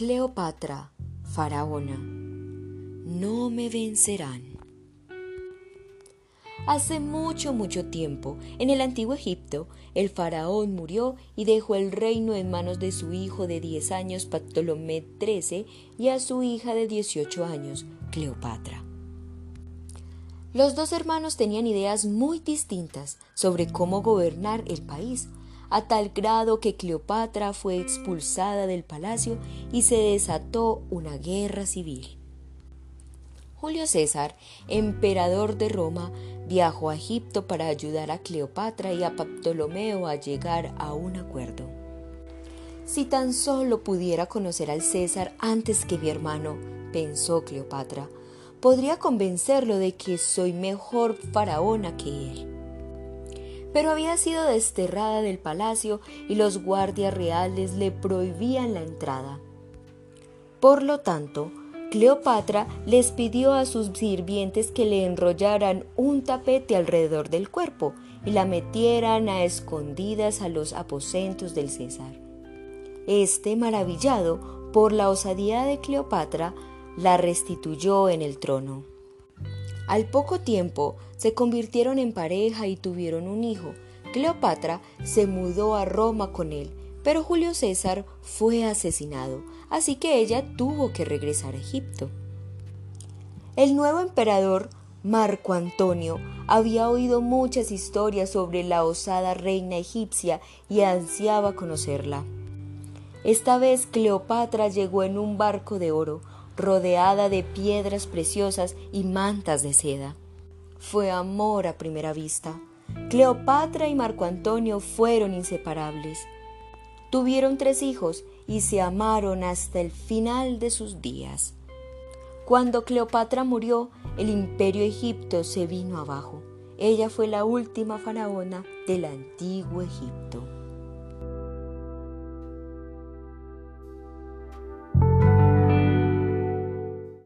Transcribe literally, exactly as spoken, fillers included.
Cleopatra, faraona, no me vencerán. Hace mucho, mucho tiempo, en el antiguo Egipto, el faraón murió y dejó el reino en manos de su hijo de diez años, Ptolomeo trece, y a su hija de dieciocho años, Cleopatra. Los dos hermanos tenían ideas muy distintas sobre cómo gobernar el país, a tal grado que Cleopatra fue expulsada del palacio y se desató una guerra civil. Julio César, emperador de Roma, viajó a Egipto para ayudar a Cleopatra y a Ptolomeo a llegar a un acuerdo. Si tan solo pudiera conocer al César antes que mi hermano, pensó Cleopatra, podría convencerlo de que soy mejor faraona que él. Pero había sido desterrada del palacio y los guardias reales le prohibían la entrada. Por lo tanto, Cleopatra les pidió a sus sirvientes que le enrollaran un tapete alrededor del cuerpo y la metieran a escondidas a los aposentos del César. Este, maravillado por la osadía de Cleopatra, la restituyó en el trono. Al poco tiempo se convirtieron en pareja y tuvieron un hijo. Cleopatra se mudó a Roma con él, pero Julio César fue asesinado, así que ella tuvo que regresar a Egipto. El nuevo emperador, Marco Antonio, había oído muchas historias sobre la osada reina egipcia y ansiaba conocerla. Esta vez Cleopatra llegó en un barco de oro, rodeada de piedras preciosas y mantas de seda. Fue amor a primera vista. Cleopatra y Marco Antonio fueron inseparables. Tuvieron tres hijos y se amaron hasta el final de sus días. Cuando Cleopatra murió, el imperio egipcio se vino abajo. Ella fue la última faraona del antiguo Egipto.